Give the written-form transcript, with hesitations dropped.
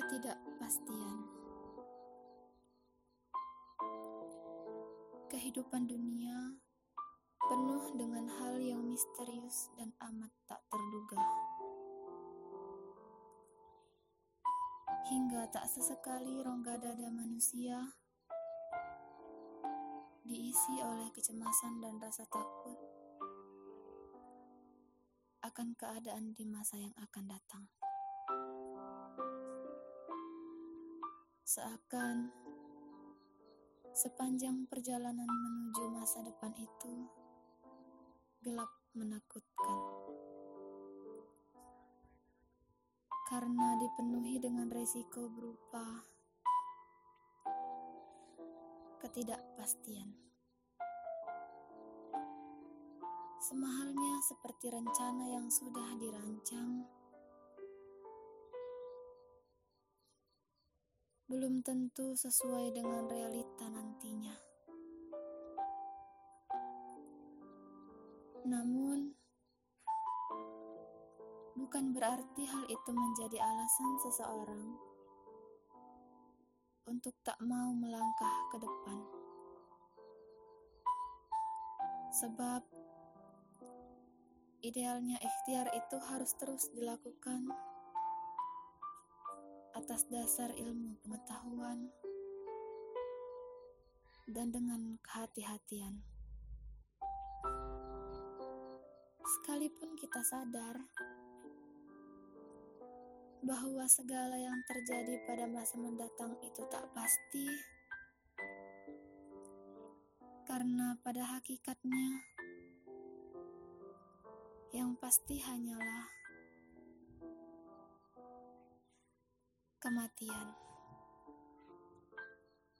Ketidakpastian. Kehidupan dunia penuh dengan hal yang misterius dan amat tak terduga. Hingga tak sesekali rongga dada manusia diisi oleh kecemasan dan rasa takut akan keadaan di masa yang akan datang. Seakan sepanjang perjalanan menuju masa depan itu gelap menakutkan. Karena dipenuhi dengan resiko berupa ketidakpastian. Semahalnya seperti rencana yang sudah dirancang, belum tentu sesuai dengan realita nantinya. Namun, bukan berarti hal itu menjadi alasan seseorang untuk tak mau melangkah ke depan. Sebab, idealnya ikhtiar itu harus terus dilakukan atas dasar ilmu pengetahuan dan dengan kehati-hatian. Sekalipun kita sadar bahwa segala yang terjadi pada masa mendatang itu tak pasti, karena pada hakikatnya yang pasti hanyalah kematian.